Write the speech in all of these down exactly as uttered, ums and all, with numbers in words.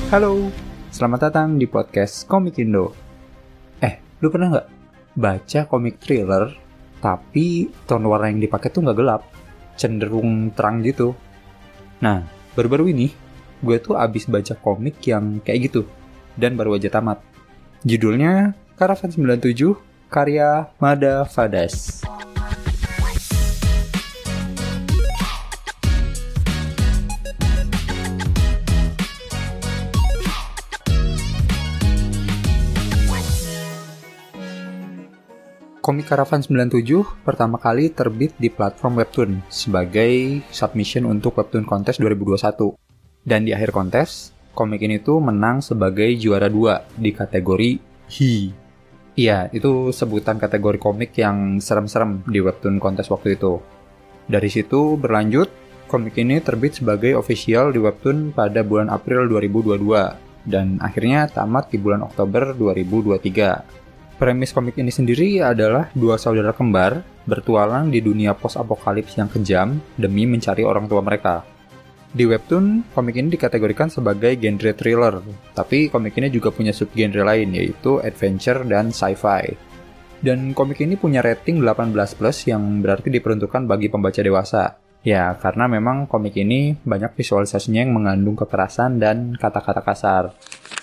Halo, selamat datang di podcast Komik Indo. Eh, lu pernah nggak baca komik thriller, tapi tone warna yang dipakai tuh nggak gelap, cenderung terang gitu? Nah, baru-baru ini, gue tuh abis baca komik yang kayak gitu, dan baru aja tamat. Judulnya Caravan sembilan puluh tujuh, karya Mada Vadas. Komik Caravan sembilan puluh tujuh pertama kali terbit di platform Webtoon sebagai submission untuk Webtoon Contest dua ribu dua puluh satu. Dan di akhir kontes, komik ini tuh menang sebagai juara dua di kategori Hi. Iya, itu sebutan kategori komik yang serem-serem di Webtoon Contest waktu itu. Dari situ berlanjut, komik ini terbit sebagai official di Webtoon pada bulan April dua ribu dua puluh dua dan akhirnya tamat di bulan Oktober dua ribu dua puluh tiga. Premis komik ini sendiri adalah dua saudara kembar bertualang di dunia post-apokalips yang kejam demi mencari orang tua mereka. Di Webtoon, komik ini dikategorikan sebagai genre thriller, tapi komik ini juga punya subgenre lain, yaitu adventure dan sci-fi. Dan komik ini punya rating delapan belas plus yang berarti diperuntukkan bagi pembaca dewasa. Ya, karena memang komik ini banyak visualisasinya yang mengandung kekerasan dan kata-kata kasar.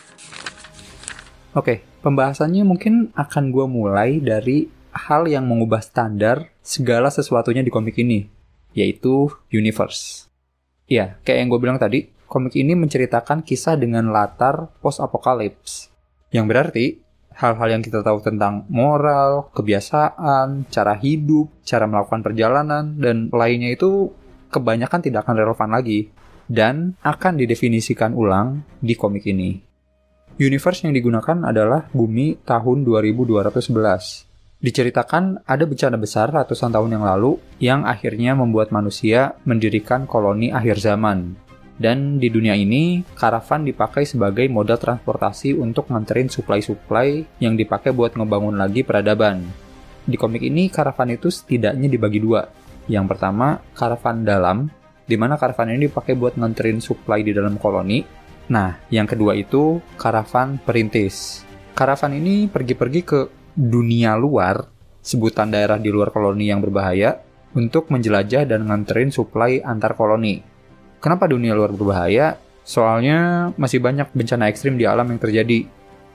Oke, pembahasannya mungkin akan gue mulai dari hal yang mengubah standar segala sesuatunya di komik ini, yaitu universe. Ya, kayak yang gue bilang tadi, komik ini menceritakan kisah dengan latar post-apokalips, yang berarti hal-hal yang kita tahu tentang moral, kebiasaan, cara hidup, cara melakukan perjalanan, dan lainnya itu kebanyakan tidak akan relevan lagi, dan akan didefinisikan ulang di komik ini. Universe yang digunakan adalah bumi tahun dua ribu dua ratus sebelas. Diceritakan ada bencana besar ratusan tahun yang lalu yang akhirnya membuat manusia mendirikan koloni akhir zaman. Dan di dunia ini, karavan dipakai sebagai moda transportasi untuk nganterin suplai-suplai yang dipakai buat ngebangun lagi peradaban. Di komik ini, karavan itu setidaknya dibagi dua. Yang pertama, karavan dalam, di mana karavan ini dipakai buat nganterin suplai di dalam koloni. Nah, yang kedua itu karavan perintis. Karavan ini pergi-pergi ke dunia luar, sebutan daerah di luar koloni yang berbahaya, untuk menjelajah dan nganterin suplai antar koloni. Kenapa dunia luar berbahaya? Soalnya masih banyak bencana ekstrim di alam yang terjadi.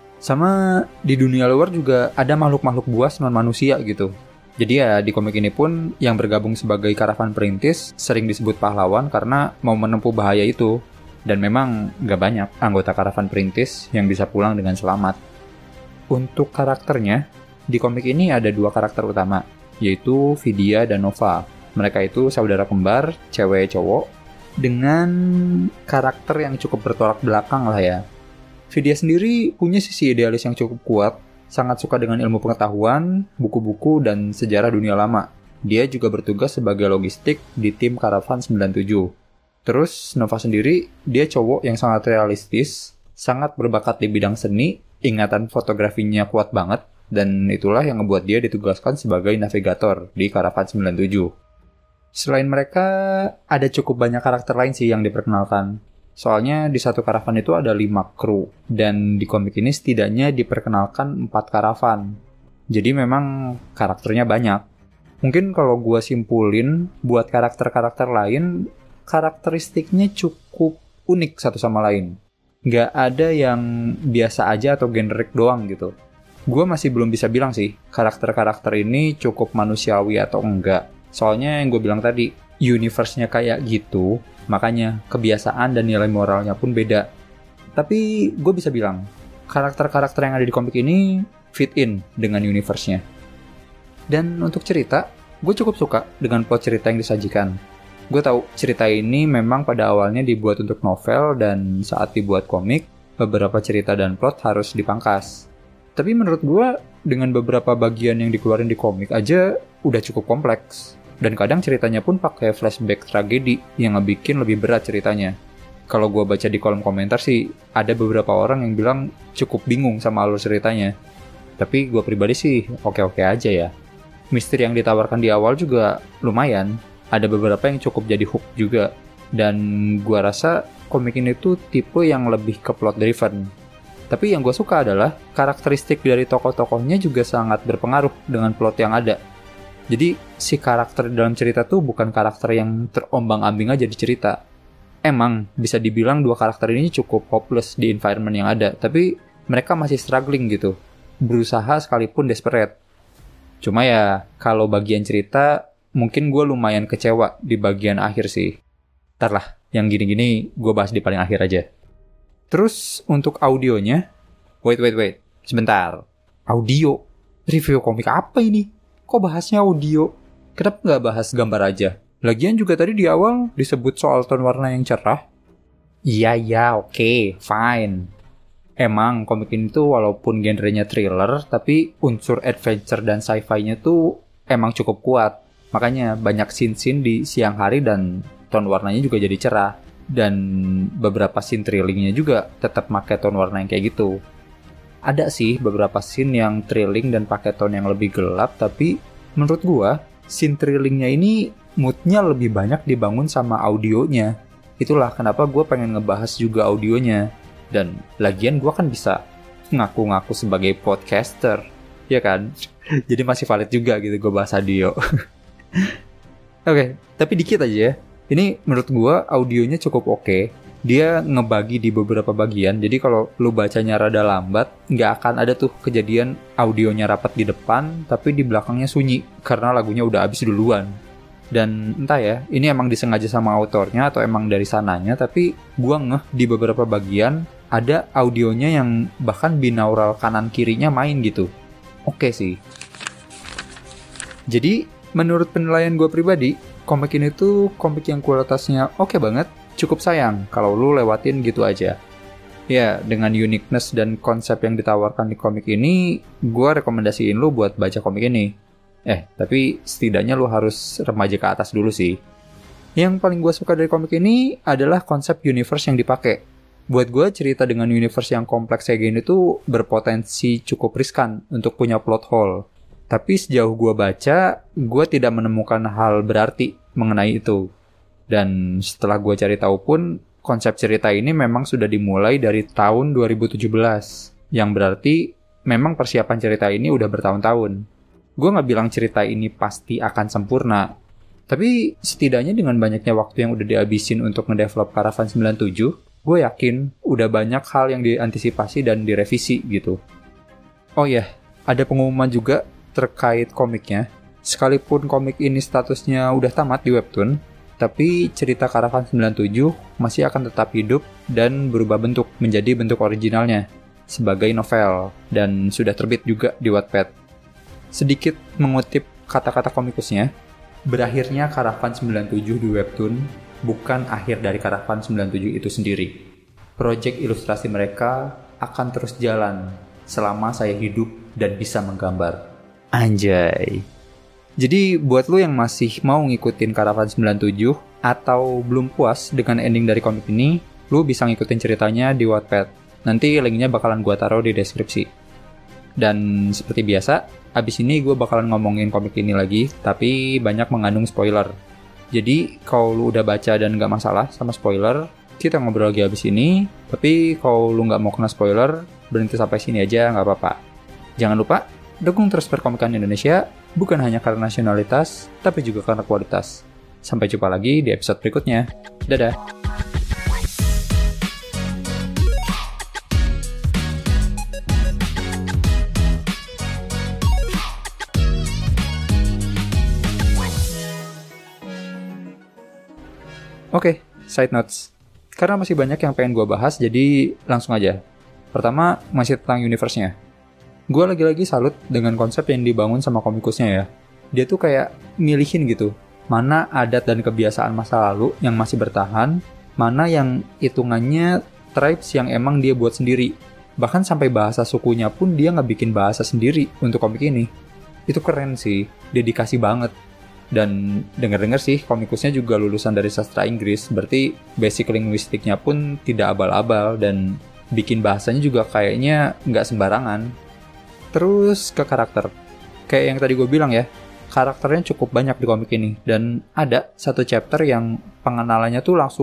Sama di dunia luar juga ada makhluk-makhluk buas non-manusia gitu. Jadi ya di komik ini pun yang bergabung sebagai karavan perintis sering disebut pahlawan karena mau menempuh bahaya itu. Dan memang gak banyak anggota karavan perintis yang bisa pulang dengan selamat. Untuk karakternya, di komik ini ada dua karakter utama, yaitu Vidya dan Nova. Mereka itu saudara kembar, cewek cowok, dengan karakter yang cukup bertolak belakang lah ya. Vidya sendiri punya sisi idealis yang cukup kuat, sangat suka dengan ilmu pengetahuan, buku-buku, dan sejarah dunia lama. Dia juga bertugas sebagai logistik di tim Caravan sembilan puluh tujuh. Terus Nova sendiri, dia cowok yang sangat realistis, sangat berbakat di bidang seni, ingatan fotografinya kuat banget, dan itulah yang membuat dia ditugaskan sebagai navigator di Caravan sembilan puluh tujuh. Selain mereka, ada cukup banyak karakter lain sih yang diperkenalkan. Soalnya di satu karavan itu ada lima kru, dan di komik ini setidaknya diperkenalkan empat karavan. Jadi memang karakternya banyak. Mungkin kalau gue simpulin, buat karakter-karakter lain, karakteristiknya cukup unik satu sama lain. Nggak ada yang biasa aja atau generik doang gitu. Gue masih belum bisa bilang sih, karakter-karakter ini cukup manusiawi atau enggak. Soalnya yang gue bilang tadi, universe-nya kayak gitu, makanya kebiasaan dan nilai moralnya pun beda. Tapi gue bisa bilang, karakter-karakter yang ada di komik ini fit in dengan universe-nya. Dan untuk cerita, gue cukup suka dengan plot cerita yang disajikan. Gue tahu cerita ini memang pada awalnya dibuat untuk novel dan saat dibuat komik, beberapa cerita dan plot harus dipangkas. Tapi menurut gue, dengan beberapa bagian yang dikeluarin di komik aja udah cukup kompleks. Dan kadang ceritanya pun pakai flashback tragedi yang ngebikin lebih berat ceritanya. Kalau gue baca di kolom komentar sih, ada beberapa orang yang bilang cukup bingung sama alur ceritanya. Tapi gue pribadi sih oke-oke aja ya. Misteri yang ditawarkan di awal juga lumayan. Ada beberapa yang cukup jadi hook juga. Dan gua rasa komik ini tuh tipe yang lebih ke plot driven. Tapi yang gue suka adalah karakteristik dari tokoh-tokohnya juga sangat berpengaruh dengan plot yang ada. Jadi si karakter dalam cerita tuh bukan karakter yang terombang-ambing aja di cerita. Emang bisa dibilang dua karakter ini cukup hopeless di environment yang ada, tapi mereka masih struggling gitu. Berusaha sekalipun desperate. Cuma ya, kalau bagian cerita, mungkin gue lumayan kecewa di bagian akhir sih. Ntar lah, yang gini-gini gue bahas di paling akhir aja. Terus untuk audionya, wait, wait, wait, sebentar. Audio? Review komik apa ini? Kok bahasnya audio? Kenapa nggak bahas gambar aja? Lagian juga tadi di awal disebut soal tone warna yang cerah. Iya, iya, oke, okay, fine. Emang komik ini tuh walaupun genrenya thriller, tapi unsur adventure dan sci-fi-nya tuh emang cukup kuat. Makanya banyak scene-scene di siang hari dan tone warnanya juga jadi cerah. Dan beberapa scene thrillingnya juga tetap pakai tone warna yang kayak gitu. Ada sih beberapa scene yang thrilling dan pakai tone yang lebih gelap, tapi menurut gua scene thrillingnya ini moodnya lebih banyak dibangun sama audionya. Itulah kenapa gua pengen ngebahas juga audionya. Dan lagian gua kan bisa ngaku-ngaku sebagai podcaster, ya kan? Jadi masih valid juga gitu gua bahas audio. Oke, okay, tapi dikit aja ya. Ini menurut gue audionya cukup oke. Okay. Dia ngebagi di beberapa bagian. Jadi kalau lu bacanya rada lambat, nggak akan ada tuh kejadian audionya rapat di depan, tapi di belakangnya sunyi karena lagunya udah habis duluan. Dan entah ya, ini emang disengaja sama autornya atau emang dari sananya, tapi gue ngeh di beberapa bagian ada audionya yang bahkan binaural kanan kirinya main gitu. Oke okay sih. Jadi menurut penilaian gue pribadi, komik ini tuh komik yang kualitasnya oke banget, cukup sayang kalau lu lewatin gitu aja. Ya, dengan uniqueness dan konsep yang ditawarkan di komik ini, gue rekomendasiin lu buat baca komik ini. Eh, tapi setidaknya lu harus remaja ke atas dulu sih. Yang paling gue suka dari komik ini adalah konsep universe yang dipakai. Buat gue, cerita dengan universe yang kompleks kayak gini tuh berpotensi cukup riskan untuk punya plot hole. Tapi sejauh gue baca, gue tidak menemukan hal berarti mengenai itu. Dan setelah gue cari tahu pun, konsep cerita ini memang sudah dimulai dari tahun dua ribu tujuh belas. Yang berarti memang persiapan cerita ini udah bertahun-tahun. Gue gak bilang cerita ini pasti akan sempurna. Tapi setidaknya dengan banyaknya waktu yang udah dihabisin untuk ngedevelop Caravan sembilan tujuh, gue yakin udah banyak hal yang diantisipasi dan direvisi gitu. Oh iya, yeah, ada pengumuman juga terkait komiknya. Sekalipun komik ini statusnya udah tamat di webtoon, tapi cerita Caravan sembilan tujuh masih akan tetap hidup dan berubah bentuk menjadi bentuk originalnya sebagai novel dan sudah terbit juga di Wattpad. Sedikit mengutip kata-kata komikusnya, berakhirnya Caravan sembilan tujuh di webtoon bukan akhir dari Caravan sembilan tujuh itu sendiri. Proyek ilustrasi mereka akan terus jalan selama saya hidup dan bisa menggambar. Anjay. Jadi buat lu yang masih mau ngikutin Caravan sembilan tujuh atau belum puas dengan ending dari komik ini, lu bisa ngikutin ceritanya di Wattpad. Nanti linknya bakalan gua taruh di deskripsi. Dan seperti biasa, abis ini gue bakalan ngomongin komik ini lagi, tapi banyak mengandung spoiler. Jadi kalau lu udah baca dan gak masalah sama spoiler, kita ngobrol lagi abis ini. Tapi kalau lu gak mau kena spoiler, berhenti sampai sini aja gak apa-apa. Jangan lupa dukung terus perkomikan Indonesia, bukan hanya karena nasionalitas, tapi juga karena kualitas. Sampai jumpa lagi di episode berikutnya. Dadah! Oke, okay, side notes. Karena masih banyak yang pengen gue bahas, jadi langsung aja. Pertama, masih tentang universe-nya. Gue lagi-lagi salut dengan konsep yang dibangun sama komikusnya ya. Dia tuh kayak milihin gitu, mana adat dan kebiasaan masa lalu yang masih bertahan, mana yang hitungannya tribes yang emang dia buat sendiri. Bahkan sampai bahasa sukunya pun dia nggak bikin bahasa sendiri untuk komik ini. Itu keren sih, dedikasi banget. Dan denger-denger sih komikusnya juga lulusan dari sastra Inggris, berarti basic linguistiknya pun tidak abal-abal dan bikin bahasanya juga kayaknya nggak sembarangan. Terus ke karakter. Kayak yang tadi gue bilang ya, karakternya cukup banyak di komik ini. Dan ada satu chapter yang pengenalannya tuh langsung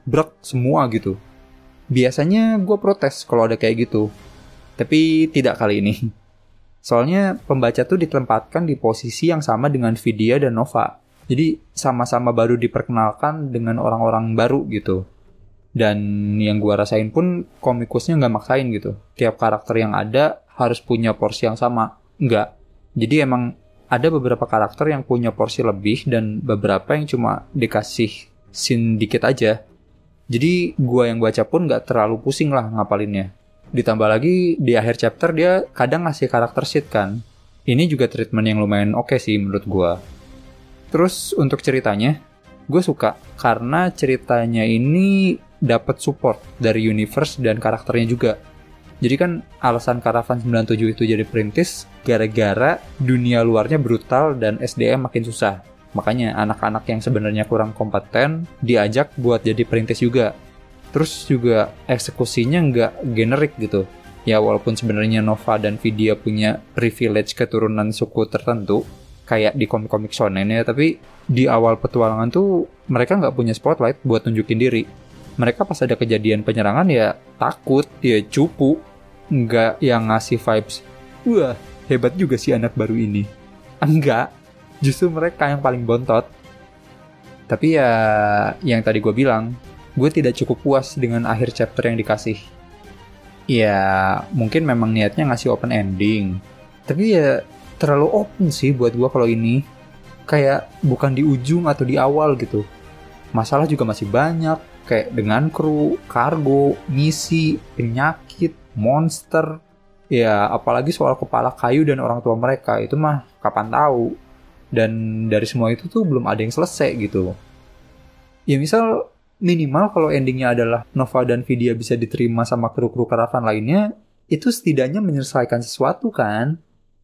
brek semua gitu. Biasanya gue protes kalau ada kayak gitu. Tapi tidak kali ini. Soalnya pembaca tuh ditempatkan di posisi yang sama dengan Vidya dan Nova. Jadi sama-sama baru diperkenalkan dengan orang-orang baru gitu. Dan yang gue rasain pun komikusnya nggak maksain gitu. Tiap karakter yang ada harus punya porsi yang sama. Nggak. Jadi emang ada beberapa karakter yang punya porsi lebih dan beberapa yang cuma dikasih scene dikit aja. Jadi gue yang baca pun nggak terlalu pusing lah ngapalinnya. Ditambah lagi di akhir chapter dia kadang ngasih karakter sheet kan. Ini juga treatment yang lumayan oke sih menurut gue. Terus untuk ceritanya, gue suka karena ceritanya ini dapat support dari universe dan karakternya juga. Jadi kan alasan Caravan sembilan puluh tujuh itu jadi perintis gara-gara dunia luarnya brutal dan S D M makin susah. Makanya anak-anak yang sebenarnya kurang kompeten diajak buat jadi perintis juga. Terus juga eksekusinya nggak generik gitu. Ya walaupun sebenarnya Nova dan Vidya punya privilege keturunan suku tertentu, kayak di komik-komik shonen ya, tapi di awal petualangan tuh mereka nggak punya spotlight buat nunjukin diri. Mereka pas ada kejadian penyerangan ya takut, ya cupu, nggak yang ngasih vibes, wah hebat juga sih anak baru ini. Enggak, justru mereka yang paling bontot. Tapi ya yang tadi gue bilang, gue tidak cukup puas dengan akhir chapter yang dikasih. Ya mungkin memang niatnya ngasih open ending, tapi ya terlalu open sih buat gue kalau ini. Kayak bukan di ujung atau di awal gitu. Masalah juga masih banyak, kayak dengan kru, kargo, misi, penyakit, monster. Ya apalagi soal kepala kayu dan orang tua mereka, itu mah kapan tahu. Dan dari semua itu tuh belum ada yang selesai gitu. Ya misal minimal kalau endingnya adalah Nova dan Vidya bisa diterima sama kru-kru Caravan lainnya, itu setidaknya menyelesaikan sesuatu kan.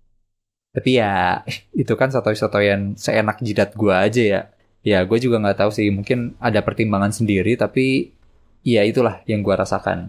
Tapi ya, itu kan sotoy-sotoyan seenak jidat gue aja ya. Ya, gue juga nggak tahu sih. Mungkin ada pertimbangan sendiri, tapi ya itulah yang gue rasakan.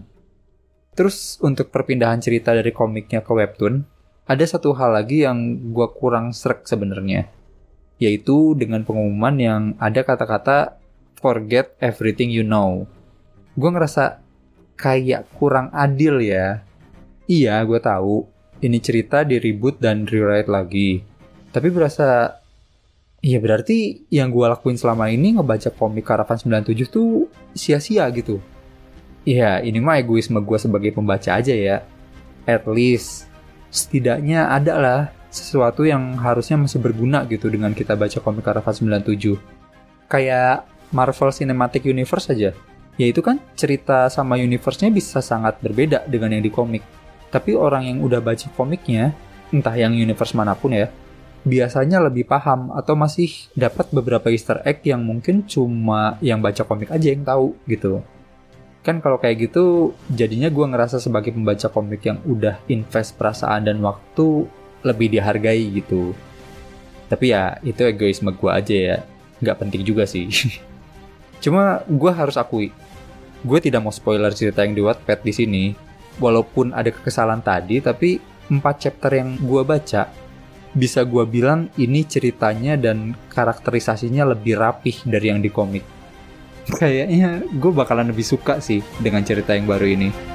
Terus untuk perpindahan cerita dari komiknya ke webtoon, ada satu hal lagi yang gue kurang srek sebenarnya. Yaitu dengan pengumuman yang ada kata-kata forget everything you know. Gue ngerasa kayak kurang adil ya. Iya, gue tahu. Ini cerita di reboot dan rewrite lagi. Tapi berasa, ya berarti yang gue lakuin selama ini ngebaca komik Caravan sembilan puluh tujuh tuh sia-sia gitu. Ya ini mah egoisme gue sebagai pembaca aja ya. At least, setidaknya ada lah sesuatu yang harusnya masih berguna gitu dengan kita baca komik Caravan sembilan puluh tujuh. Kayak Marvel Cinematic Universe aja. Ya itu kan cerita sama universe-nya bisa sangat berbeda dengan yang di komik. Tapi orang yang udah baca komiknya, entah yang universe manapun ya, biasanya lebih paham atau masih dapat beberapa easter egg yang mungkin cuma yang baca komik aja yang tahu gitu. Kan kalau kayak gitu, jadinya gue ngerasa sebagai pembaca komik yang udah invest perasaan dan waktu lebih dihargai gitu. Tapi ya itu egoisme gue aja ya, nggak penting juga sih. Cuma gue harus akui, gue tidak mau spoiler cerita yang di Wattpad di sini. Walaupun ada kekesalan tadi, tapi empat chapter yang gue baca, bisa gue bilang ini ceritanya dan karakterisasinya lebih rapih dari yang di komik. Kayaknya gue bakalan lebih suka sih dengan cerita yang baru ini.